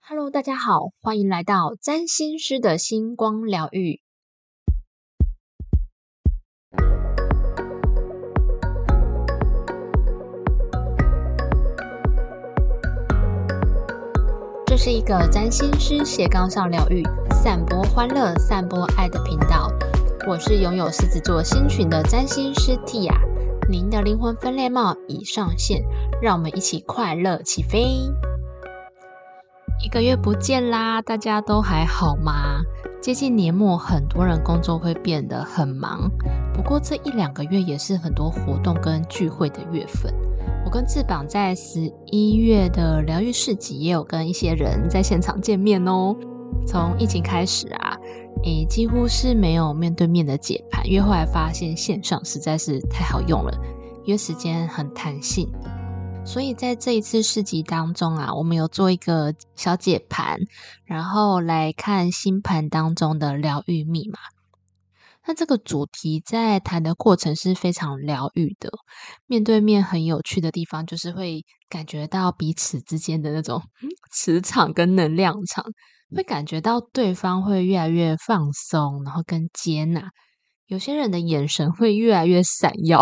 Hello，大家好，欢迎来到占星师的星光疗愈。这是一个占星师斜杠上疗愈、散播欢乐、散播爱的频道。我是拥有狮子座星群的占星师 Tia， 您的灵魂分类帽已上线，让我们一起快乐起飞。一个月不见啦，大家都还好吗？接近年末，很多人工作会变得很忙，不过这1-2个月也是很多活动跟聚会的月份。我跟翅膀在11月的疗愈市集也有跟一些人在现场见面哦。从疫情开始啊，几乎是没有面对面的解盘，因为后来发现线上实在是太好用了，因为时间很弹性。所以在这一次市集当中啊，我们有做一个小解盘，然后来看星盘当中的疗愈密码。那这个主题在谈的过程是非常疗愈的，面对面很有趣的地方就是会感觉到彼此之间的那种磁场跟能量场，会感觉到对方会越来越放松，然后跟接纳，有些人的眼神会越来越闪耀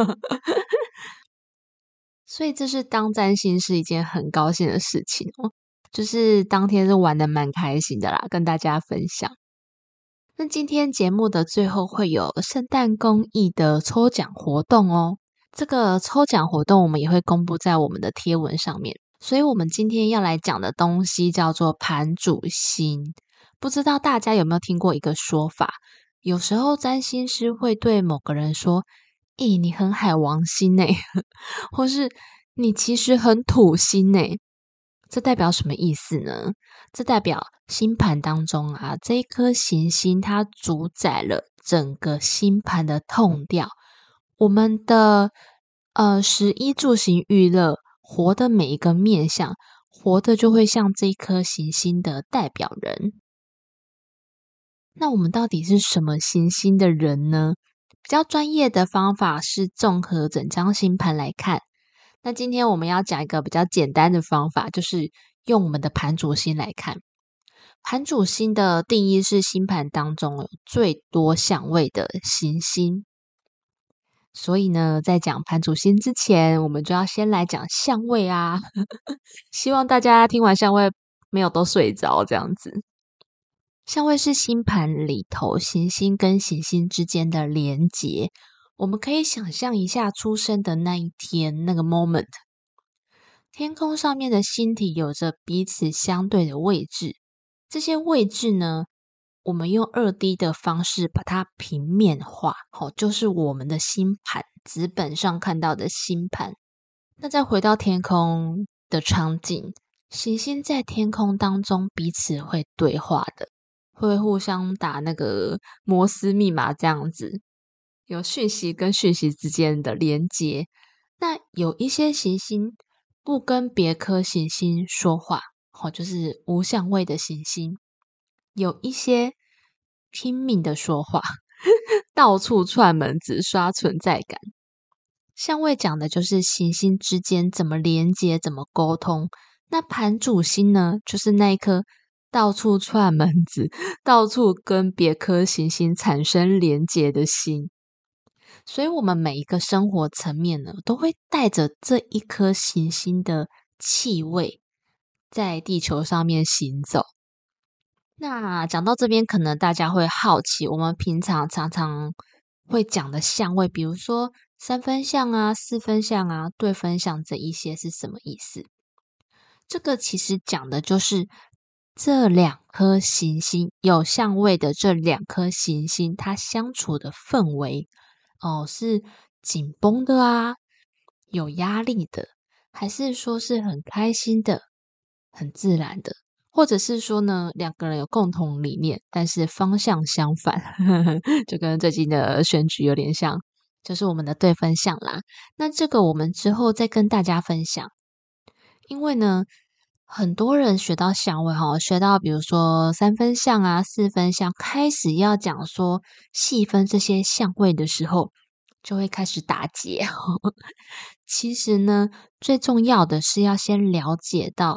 所以这是当占星是一件很高兴的事情哦，就是当天是玩得蛮开心的啦，跟大家分享。那今天节目的最后会有圣诞公益的抽奖活动哦，这个抽奖活动我们也会公布在我们的贴文上面，所以我们今天要来讲的东西叫做盘主星。不知道大家有没有听过一个说法，有时候占星师会对某个人说你很海王星欸或是你其实很土星欸，这代表什么意思呢？这代表星盘当中啊，这一颗行星它主宰了整个星盘的痛调。我们的食衣住行娱乐活的每一个面向，活的就会像这一颗行星的代表人。那我们到底是什么行星的人呢？比较专业的方法是综合整张星盘来看。那今天我们要讲一个比较简单的方法，就是用我们的盘主星来看。盘主星的定义是星盘当中有最多相位的行星。所以呢，在讲盘主星之前，我们就要先来讲相位啊。希望大家听完相位没有都睡着这样子。相位是星盘里头行星跟行星之间的连结，我们可以想象一下出生的那一天，那个 moment， 天空上面的星体有着彼此相对的位置，这些位置呢，我们用2D 的方式把它平面化，就是我们的星盘，纸本上看到的星盘。那再回到天空的场景，行星在天空当中彼此会对话的，会互相打那个摩斯密码这样子，有讯息跟讯息之间的连接。那有一些行星不跟别颗行星说话，就是无相位的行星，有一些拼命的说话，到处串门子刷存在感。相位讲的就是行星之间怎么连接，怎么沟通。那盘主星呢，就是那一颗到处串门子，到处跟别颗行星产生连结的星。所以我们每一个生活层面呢，都会带着这一颗行星的气味，在地球上面行走。那讲到这边，可能大家会好奇，我们平常常常会讲的相位，比如说3分相啊、4分相啊、对分相这一些是什么意思？这个其实讲的就是这2颗行星有相位的这2颗行星，它相处的氛围是紧绷的啊，有压力的，还是说是很开心的、很自然的，或者是说呢2个人有共同理念，但是方向相反，就跟最近的选举有点像，就是我们的对分相啦。那这个我们之后再跟大家分享。因为呢，很多人学到相位学到比如说3分相啊、4分相，开始要讲说细分这些相位的时候，就会开始打结。其实呢，最重要的是要先了解到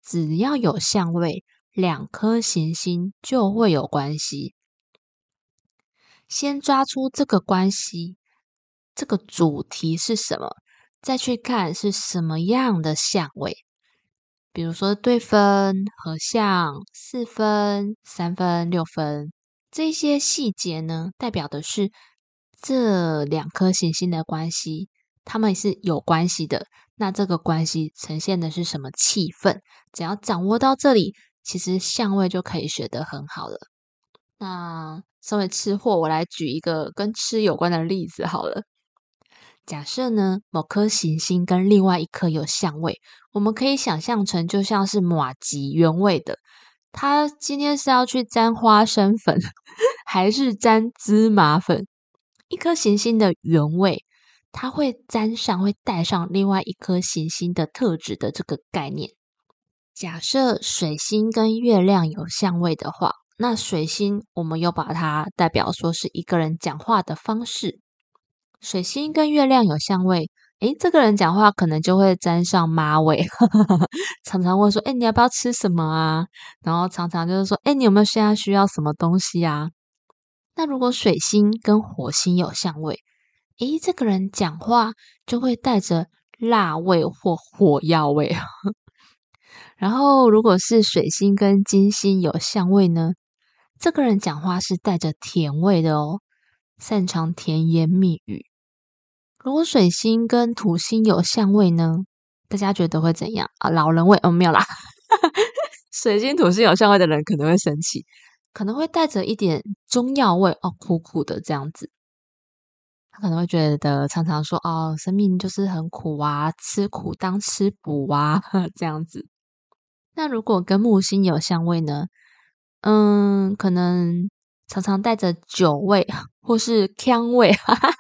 只要有相位，两颗行星就会有关系。先抓出这个关系，这个主题是什么，再去看是什么样的相位。比如说对分、合相、4分、3分、6分，这些细节呢，代表的是这两颗行星的关系，它们是有关系的。那这个关系呈现的是什么气氛？只要掌握到这里，其实相位就可以学得很好了。那身为吃货，我来举一个跟吃有关的例子好了。假设呢，某颗行星跟另外一颗有相位，我们可以想象成就像是麻糬原味的，它今天是要去沾花生粉，还是沾芝麻粉？一颗行星的原位，它会沾上，会带上另外一颗行星的特质的这个概念。假设水星跟月亮有相位的话，那水星我们又把它代表说是一个人讲话的方式。水星跟月亮有相位，这个人讲话可能就会沾上妈味，常常会说，你要不要吃什么啊？然后常常就是说，你有没有现在需要什么东西啊？那如果水星跟火星有相位，这个人讲话就会带着辣味或火药味。然后如果是水星跟金星有相位呢，这个人讲话是带着甜味的哦，擅长甜言蜜语。如果水星跟土星有相位呢，大家觉得会怎样啊？老人味没有啦。水星土星有相位的人可能会生气，可能会带着一点中药味苦苦的这样子。他可能会觉得常常说生命就是很苦啊，吃苦当吃补啊这样子。那如果跟木星有相位呢？可能常常带着酒味或是呛味。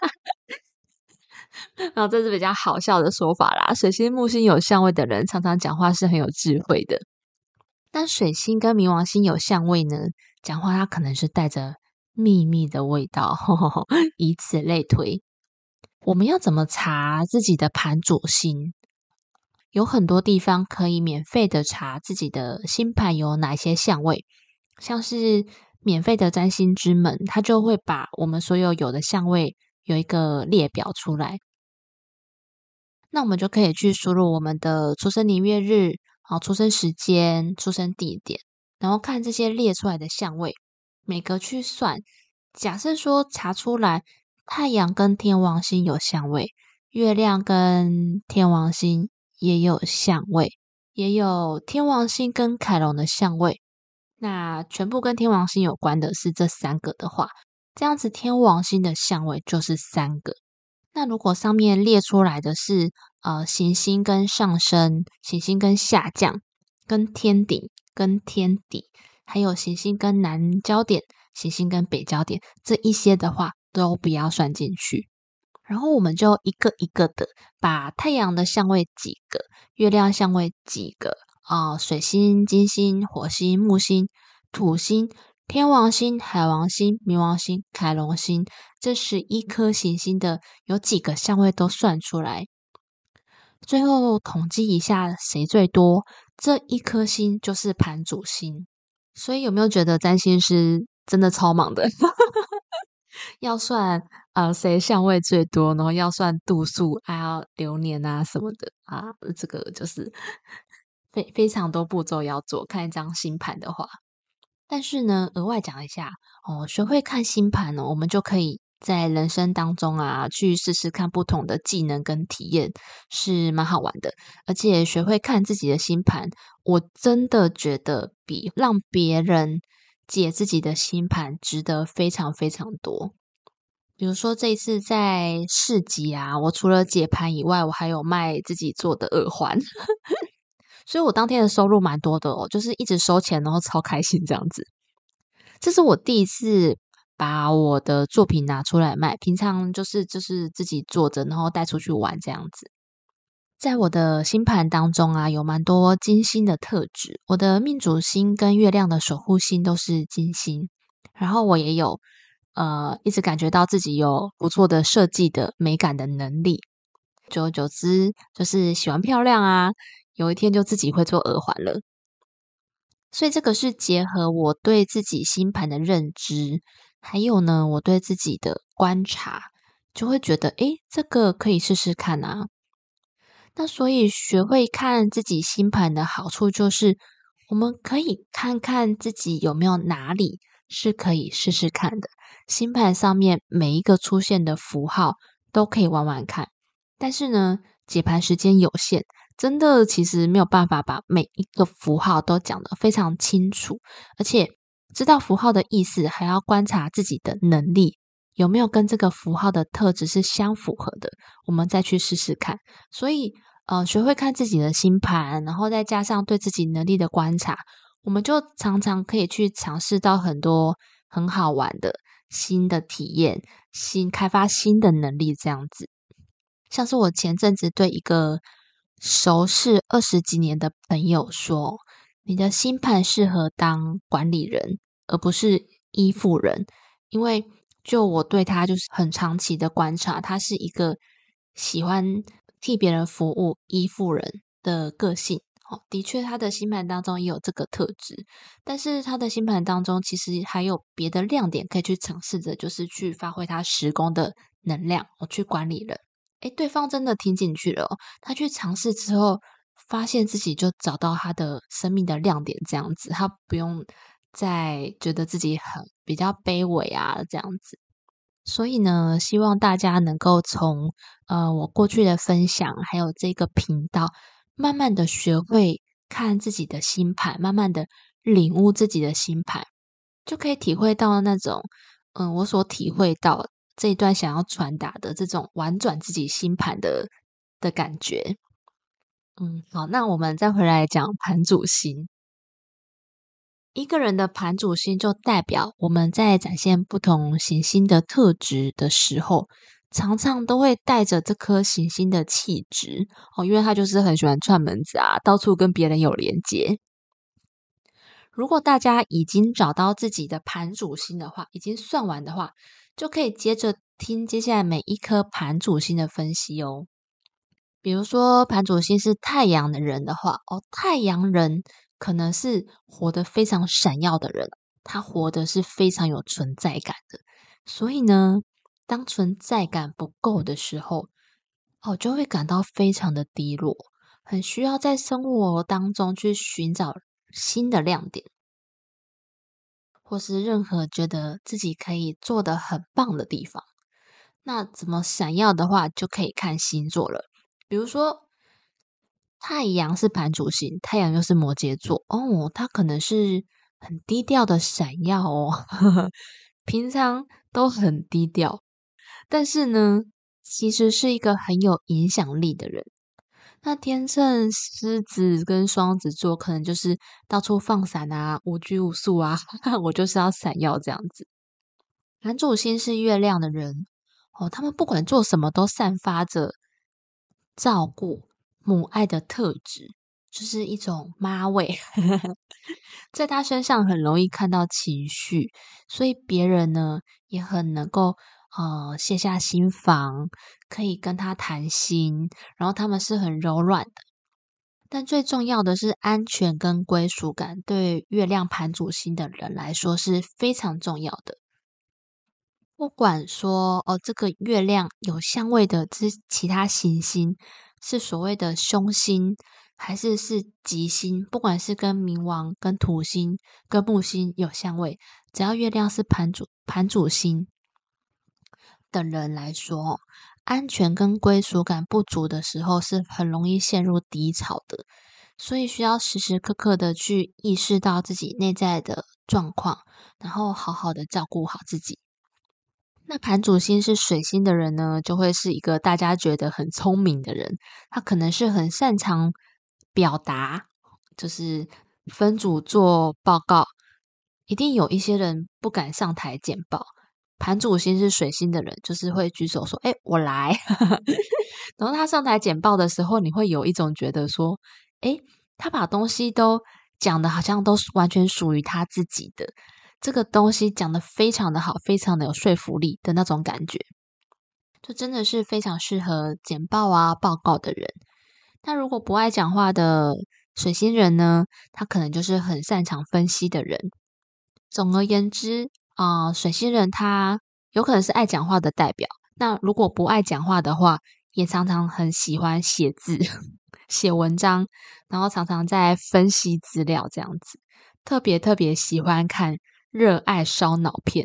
然后这是比较好笑的说法啦。水星木星有相位的人常常讲话是很有智慧的，但水星跟冥王星有相位呢，讲话它可能是带着秘密的味道，以此类推。我们要怎么查自己的盘主星？有很多地方可以免费的查自己的星盘有哪些相位，像是免费的占星之门，它就会把我们所有的相位有一个列表出来。那我们就可以去输入我们的出生年月日、出生时间、出生地点，然后看这些列出来的相位，每个去算。假设说查出来太阳跟天王星有相位，月亮跟天王星也有相位，也有天王星跟凯龙的相位，那全部跟天王星有关的是这3个的话，这样子天王星的相位就是3个。那如果上面列出来的是行星跟上升、行星跟下降、跟天顶、跟天底，还有行星跟南焦点、行星跟北焦点，这一些的话都不要算进去。然后我们就一个一个的把太阳的相位几个，月亮相位几个水星、金星、火星、木星、土星、天王星、海王星、冥王星、凯龙星，这11颗行星的有几个相位都算出来，最后统计一下谁最多，这一颗星就是盘主星。所以有没有觉得占星师真的超忙的？要算谁相位最多，然后要算度数，还要流年啊什么的这个就是非常多步骤要做。看一张星盘的话，但是呢，额外讲一下学会看星盘我们就可以在人生当中去试试看不同的技能跟体验，是蛮好玩的。而且学会看自己的星盘，我真的觉得比让别人解自己的星盘值得非常非常多。比如说这一次在市集我除了解盘以外，我还有卖自己做的耳环，所以我当天的收入蛮多的就是一直收钱，然后超开心这样子。这是我第一次把我的作品拿出来卖，平常就是自己做着，然后带出去玩这样子。在我的星盘当中有蛮多金星的特质，我的命主星跟月亮的守护星都是金星，然后我也有一直感觉到自己有不错的设计的美感的能力，久而久之就是喜欢漂亮有一天就自己会做耳环了。 所以这个是结合我对自己星盘的认知，还有呢我对自己的观察，就会觉得这个可以试试看啊。那所以学会看自己星盘的好处就是，我们可以看看自己有没有哪里是可以试试看的。星盘上面每一个出现的符号都可以玩玩看，但是呢，解盘时间有限，真的其实没有办法把每一个符号都讲得非常清楚，而且知道符号的意思，还要观察自己的能力有没有跟这个符号的特质是相符合的，我们再去试试看。所以学会看自己的星盘，然后再加上对自己能力的观察，我们就常常可以去尝试到很多很好玩的新的体验，开发新的能力这样子。像是我前阵子对一个熟识20几年的朋友说，你的星盘适合当管理人，而不是依附人。因为就我对他就是很长期的观察，他是一个喜欢替别人服务、依附人的个性。的确他的星盘当中也有这个特质，但是他的星盘当中其实还有别的亮点可以去尝试着，就是去发挥他时宫的能量，去管理人。对方真的听进去了他去尝试之后，发现自己就找到他的生命的亮点这样子，他不用再觉得自己比较卑微啊这样子。所以呢，希望大家能够从我过去的分享，还有这个频道，慢慢的学会看自己的星盘，慢慢的领悟自己的星盘，就可以体会到那种我所体会到这一段想要传达的这种婉转自己星盘的感觉。好，那我们再回来讲盘主星。一个人的盘主星就代表我们在展现不同行星的特质的时候，常常都会带着这颗行星的气质因为他就是很喜欢串门子啊，到处跟别人有连接。如果大家已经找到自己的盘主星的话，已经算完的话，就可以接着听接下来每一颗盘主星的分析哦。比如说盘主星是太阳的人的话，太阳人可能是活得非常闪耀的人，他活得是非常有存在感的。所以呢，当存在感不够的时候，就会感到非常的低落，很需要在生活当中去寻找新的亮点，或是任何觉得自己可以做得很棒的地方。那怎么闪耀的话，就可以看星座了。比如说，太阳是盘主星，太阳又是摩羯座他可能是很低调的闪耀平常都很低调，但是呢，其实是一个很有影响力的人。那天秤、狮子跟双子座可能就是到处放闪啊，无拘无束啊，我就是要闪耀这样子。男主星是月亮的人他们不管做什么都散发着照顾、母爱的特质，就是一种妈味，在他身上很容易看到情绪，所以别人呢也很能够卸下心防，可以跟他谈心，然后他们是很柔软的。但最重要的是安全跟归属感，对月亮盘主星的人来说是非常重要的。不管说这个月亮有相位的其他行星是所谓的凶星，还是吉星，不管是跟冥王、跟土星、跟木星有相位，只要月亮是盘主星的人来说，安全跟归属感不足的时候，是很容易陷入低潮的。所以需要时时刻刻的去意识到自己内在的状况，然后好好的照顾好自己。那盘主星是水星的人呢，就会是一个大家觉得很聪明的人，他可能是很擅长表达，就是分组做报告，一定有一些人不敢上台简报。盘主星是水星的人，就是会举手说：我来。然后他上台简报的时候，你会有一种觉得说：他把东西都讲的好像都是完全属于他自己的。这个东西讲得非常的好，非常的有说服力的那种感觉，就真的是非常适合简报啊、报告的人。那如果不爱讲话的水星人呢，他可能就是很擅长分析的人。总而言之水星人他有可能是爱讲话的代表，那如果不爱讲话的话，也常常很喜欢写字、写文章，然后常常在分析资料这样子，特别喜欢看热爱烧脑片。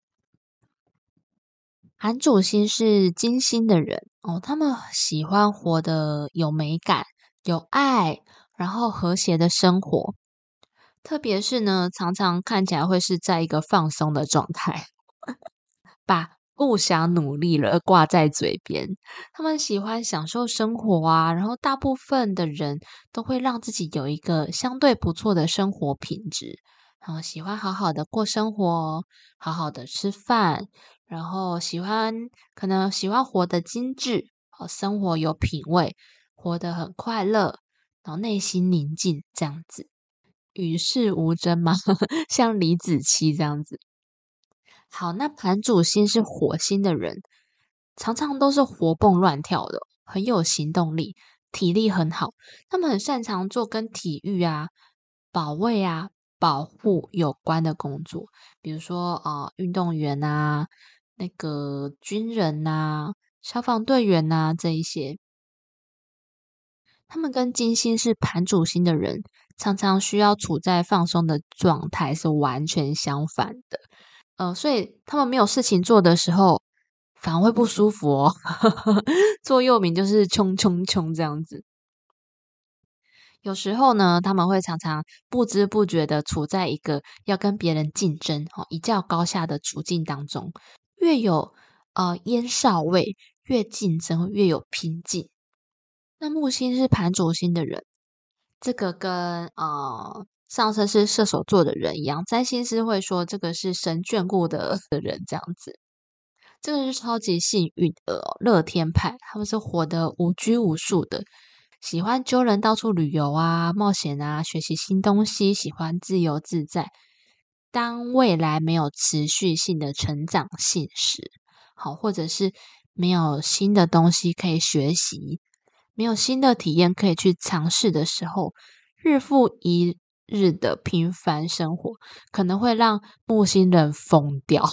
寒主星是金星的人他们喜欢活得有美感、有爱，然后和谐的生活。特别是呢，常常看起来会是在一个放松的状态，把不想努力了挂在嘴边。他们喜欢享受生活啊，然后大部分的人都会让自己有一个相对不错的生活品质，然后喜欢好好的过生活，好好的吃饭，然后可能喜欢活得精致，生活有品味，活得很快乐，然后内心宁静这样子。与世无争吗？像李子柒这样子。好，那盘主星是火星的人，常常都是活蹦乱跳的，很有行动力，体力很好。他们很擅长做跟体育啊、保卫啊、保护有关的工作，比如说运动员啊、那个军人啊、消防队员啊这一些。他们跟金星是盘主星的人，常常需要处在放松的状态，是完全相反的。所以他们没有事情做的时候，反而会不舒服哦。座右铭就是冲冲冲这样子。有时候呢，他们会常常不知不觉的处在一个要跟别人竞争、一较高下的处境当中。越有烟哨味，越竞争，越有拼劲。那木星是盘主星的人，这个跟上升是射手座的人一样，占星师会说这个是神眷顾的人这样子。这个是超级幸运的乐天派，他们是活得无拘无束的，喜欢揪人到处旅游啊、冒险啊、学习新东西，喜欢自由自在。当未来没有持续性的成长性时，好，或者是没有新的东西可以学习，没有新的体验可以去尝试的时候，日复一日的平凡生活可能会让木星人疯掉。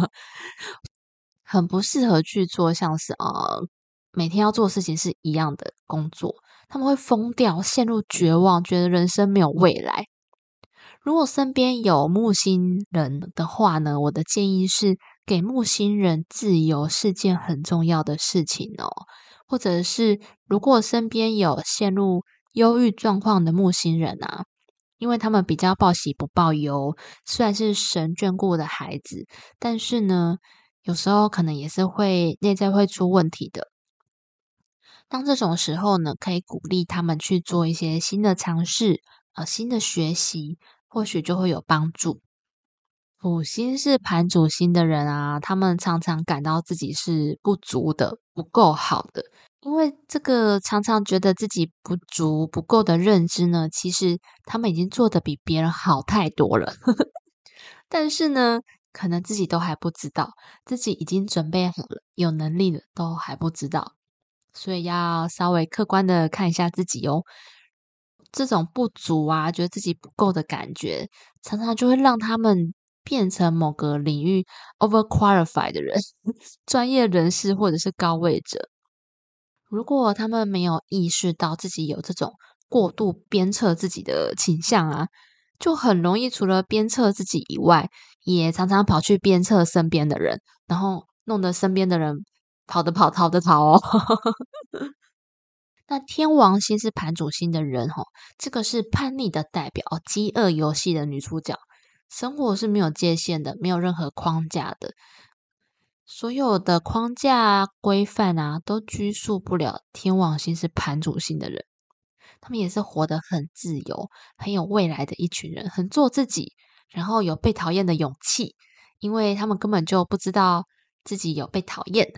很不适合去做像是每天要做的事情是一样的工作，他们会疯掉，陷入绝望，觉得人生没有未来。如果身边有木星人的话呢，我的建议是给木星人自由是件很重要的事情哦。或者是如果身边有陷入忧郁状况的木星人啊，因为他们比较报喜不报忧，虽然是神眷顾的孩子，但是呢，有时候可能也是内在会出问题的。当这种时候呢，可以鼓励他们去做一些新的尝试，新的学习，或许就会有帮助。土星是盘主星的人啊，他们常常感到自己是不足的、不够好的，因为这个常常觉得自己不足、不够的认知呢，其实他们已经做得比别人好太多了。但是呢，可能自己都还不知道，自己已经准备好了、有能力了，都还不知道，所以要稍微客观的看一下自己哦。这种不足啊，觉得自己不够的感觉，常常就会让他们变成某个领域 overqualified 的人，专业人士或者是高位者。如果他们没有意识到自己有这种过度鞭策自己的倾向啊，就很容易除了鞭策自己以外，也常常跑去鞭策身边的人，然后弄得身边的人跑的跑，逃的逃哦。那天王星是盘主星的人这个是叛逆的代表，饥饿游戏的女主角，生活是没有界限的，没有任何框架的，所有的框架啊、规范啊，都拘束不了天王星是盘主星的人。他们也是活得很自由、很有未来的一群人，很做自己，然后有被讨厌的勇气，因为他们根本就不知道自己有被讨厌。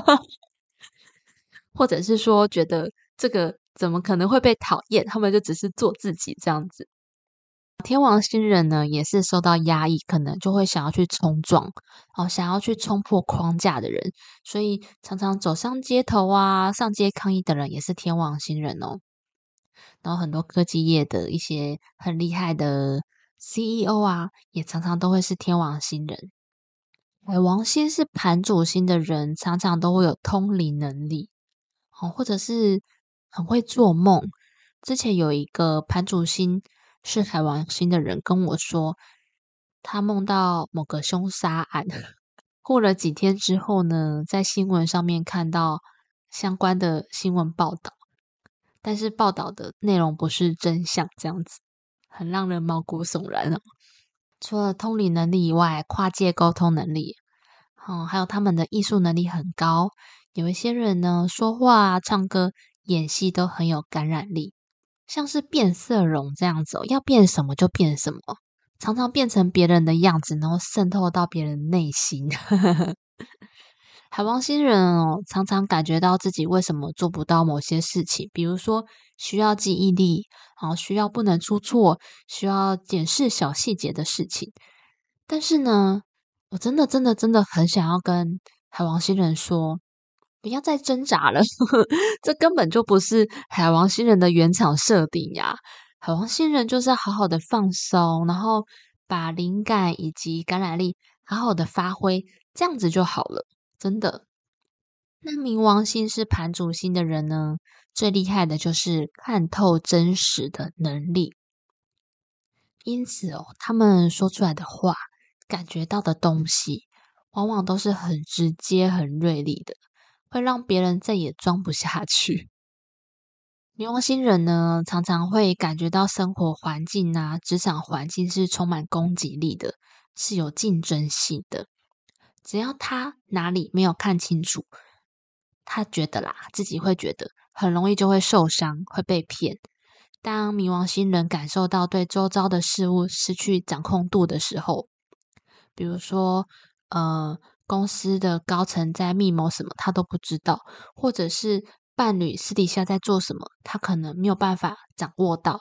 或者是说觉得这个怎么可能会被讨厌，他们就只是做自己这样子。天王星人呢，也是受到压抑，可能就会想要去冲撞，想要去冲破框架的人，所以常常走上街头啊，上街抗议的人也是天王星人哦。 然后很多科技业的一些很厉害的 CEO 啊，也常常都会是天王星人。海王星是盘主星的人，常常都会有通灵能力，或者是很会做梦。之前有一个盘主星是海王星的人跟我说，他梦到某个凶杀案，过了几天之后呢，在新闻上面看到相关的新闻报道，但是报道的内容不是真相，这样子很让人毛骨悚然哦。除了通灵能力以外，跨界沟通能力，还有他们的艺术能力很高。有一些人呢，说话啊、唱歌、演戏都很有感染力，像是变色龙这样子要变什么就变什么，常常变成别人的样子，然后渗透到别人内心。海王星人常常感觉到自己为什么做不到某些事情，比如说需要记忆力，需要不能出错，需要检视小细节的事情。但是呢，我真的很想要跟海王星人说，不要再挣扎了，这根本就不是海王星人的原厂设定呀。海王星人就是要好好的放松，然后把灵感以及感染力好好的发挥，这样子就好了。真的。那冥王星是盘主星的人呢，最厉害的就是看透真实的能力。因此他们说出来的话，感觉到的东西，往往都是很直接、很锐利的，会让别人再也装不下去。冥王星人呢，常常会感觉到生活环境啊、职场环境是充满攻击力的，是有竞争性的。只要他哪里没有看清楚，他觉得啦，自己会觉得很容易就会受伤，会被骗。当冥王星人感受到对周遭的事物失去掌控度的时候，比如说，公司的高层在密谋什么，他都不知道，或者是伴侣私底下在做什么，他可能没有办法掌握到。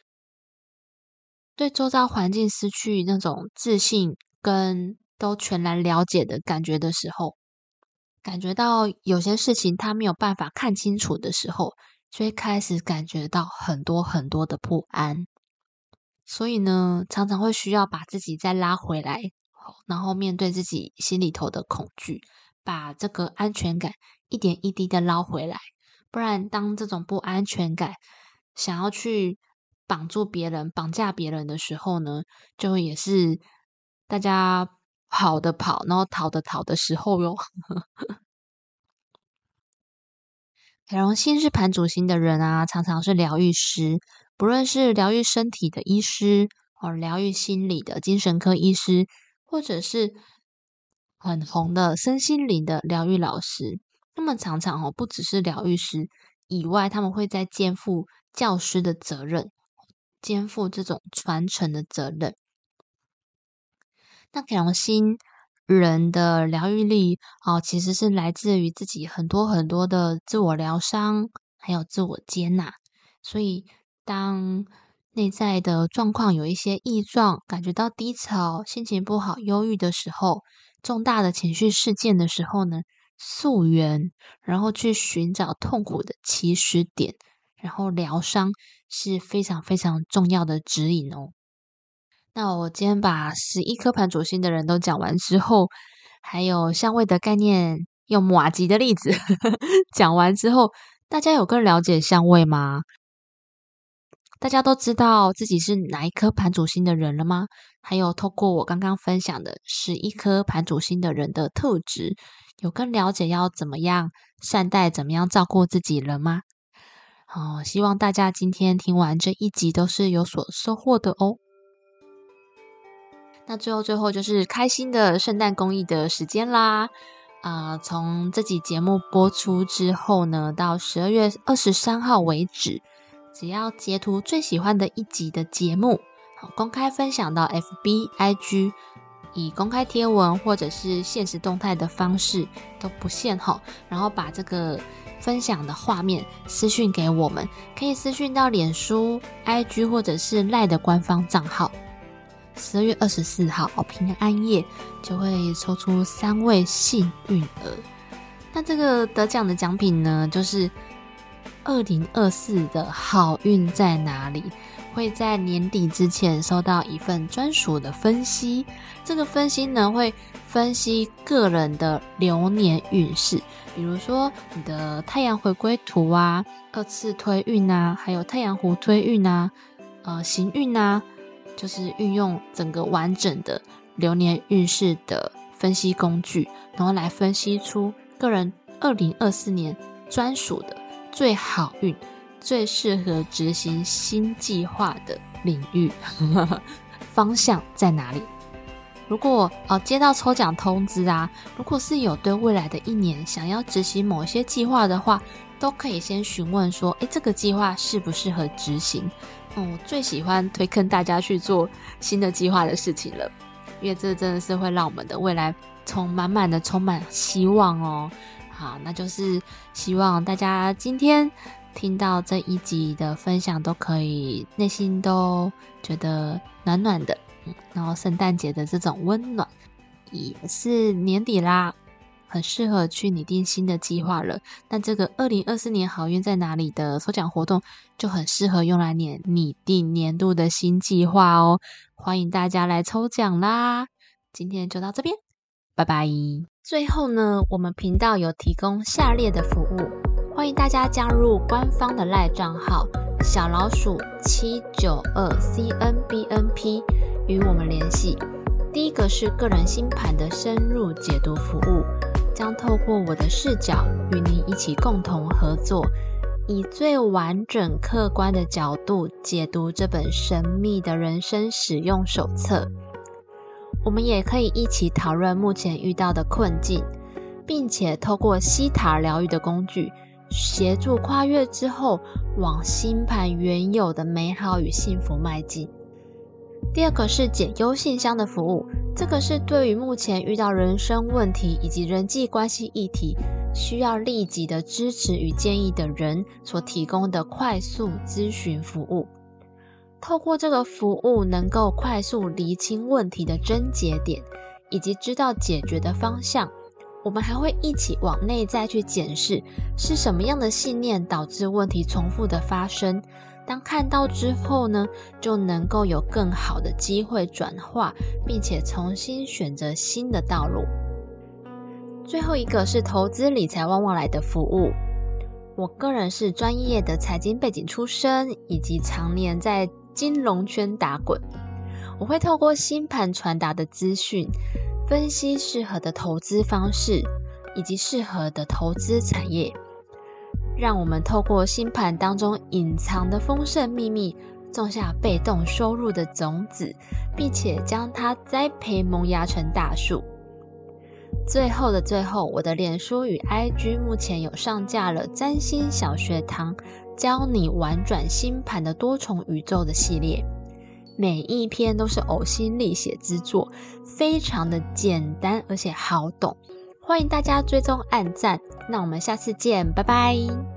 对周遭环境失去那种自信跟都全然了解的感觉的时候，感觉到有些事情他没有办法看清楚的时候，就会开始感觉到很多很多的不安。所以呢，常常会需要把自己再拉回来，然后面对自己心里头的恐惧，把这个安全感一点一滴的捞回来。不然，当这种不安全感想要去绑住别人、绑架别人的时候呢，就也是大家跑的跑，然后逃的逃的时候哟。海王星是盘主星的人啊，常常是疗愈师，不论是疗愈身体的医师，疗愈心理的精神科医师，或者是很红的身心灵的疗愈老师，他们常常不只是疗愈师以外，他们会在肩负教师的责任，肩负这种传承的责任。那海王星人的疗愈力其实是来自于自己很多很多的自我疗伤，还有自我接纳。所以当内在的状况有一些异状，感觉到低潮、心情不好、忧郁的时候，重大的情绪事件的时候呢，溯源，然后去寻找痛苦的起始点，然后疗伤是非常非常重要的指引哦。那我今天把11颗盘主星的人都讲完之后，还有相位的概念，用马吉的例子讲完之后，大家有更了解相位吗？大家都知道自己是哪一颗盘主星的人了吗？还有透过我刚刚分享的11颗盘主星的人的特质，有更了解要怎么样善待、怎么样照顾自己了吗？希望大家今天听完这一集都是有所收获的哦。那最后就是开心的圣诞公益的时间啦！从这集节目播出之后呢，到12月23号为止，只要截图最喜欢的一集的节目，公开分享到 FB、IG， 以公开贴文或者是限时动态的方式都不限然后把这个分享的画面私讯给我们，可以私讯到脸书、IG 或者是 LINE 的官方账号。12月24号平安夜就会抽出3位幸运儿。那这个得奖的奖品呢，就是 2024的好运在哪里，会在年底之前收到一份专属的分析。这个分析呢，会分析个人的流年运势，比如说你的太阳回归图啊、二次推运啊，还有太阳弧推运啊、行运啊，就是运用整个完整的流年运势的分析工具，然后来分析出个人2024年专属的最好运、最适合执行新计划的领域方向在哪里。如果接到抽奖通知啊，如果是有对未来的一年想要执行某些计划的话，都可以先询问说这个计划适不适合执行。我最喜欢推坑大家去做新的计划的事情了，因为这真的是会让我们的未来充满希望哦。好，那就是希望大家今天听到这一集的分享都可以内心都觉得暖暖的，然后圣诞节的这种温暖，也是年底啦，很适合去拟定新的计划了。那这个2024年好运在哪里的抽奖活动就很适合用来拟定年度的新计划哦，欢迎大家来抽奖啦。今天就到这边，拜拜。最后呢，我们频道有提供下列的服务，欢迎大家加入官方的LINE账号小老鼠792CNBNP 与我们联系。第一个是个人星盘的深入解读服务，将透过我的视角与您一起共同合作，以最完整客观的角度解读这本神秘的人生使用手册。我们也可以一起讨论目前遇到的困境，并且透过西塔疗愈的工具，协助跨越之后往星盘原有的美好与幸福迈进。第二个是解忧信箱的服务，这个是对于目前遇到人生问题以及人际关系议题需要立即的支持与建议的人所提供的快速咨询服务。透过这个服务，能够快速厘清问题的症结点，以及知道解决的方向。我们还会一起往内在去检视，是什么样的信念导致问题重复的发生。当看到之后呢，就能够有更好的机会转化，并且重新选择新的道路。最后一个是投资理财旺旺来的服务。我个人是专业的财经背景出身，以及常年在金融圈打滚。我会透过星盘传达的资讯，分析适合的投资方式，以及适合的投资产业，让我们透过星盘当中隐藏的丰盛秘密，种下被动收入的种子，并且将它栽培萌芽成大树。最后的最后，我的脸书与 IG 目前有上架了占星小学堂，教你玩转星盘的多重宇宙的系列，每一篇都是呕心沥血之作，非常的简单而且好懂，欢迎大家追踪按赞。那我们下次见，拜拜。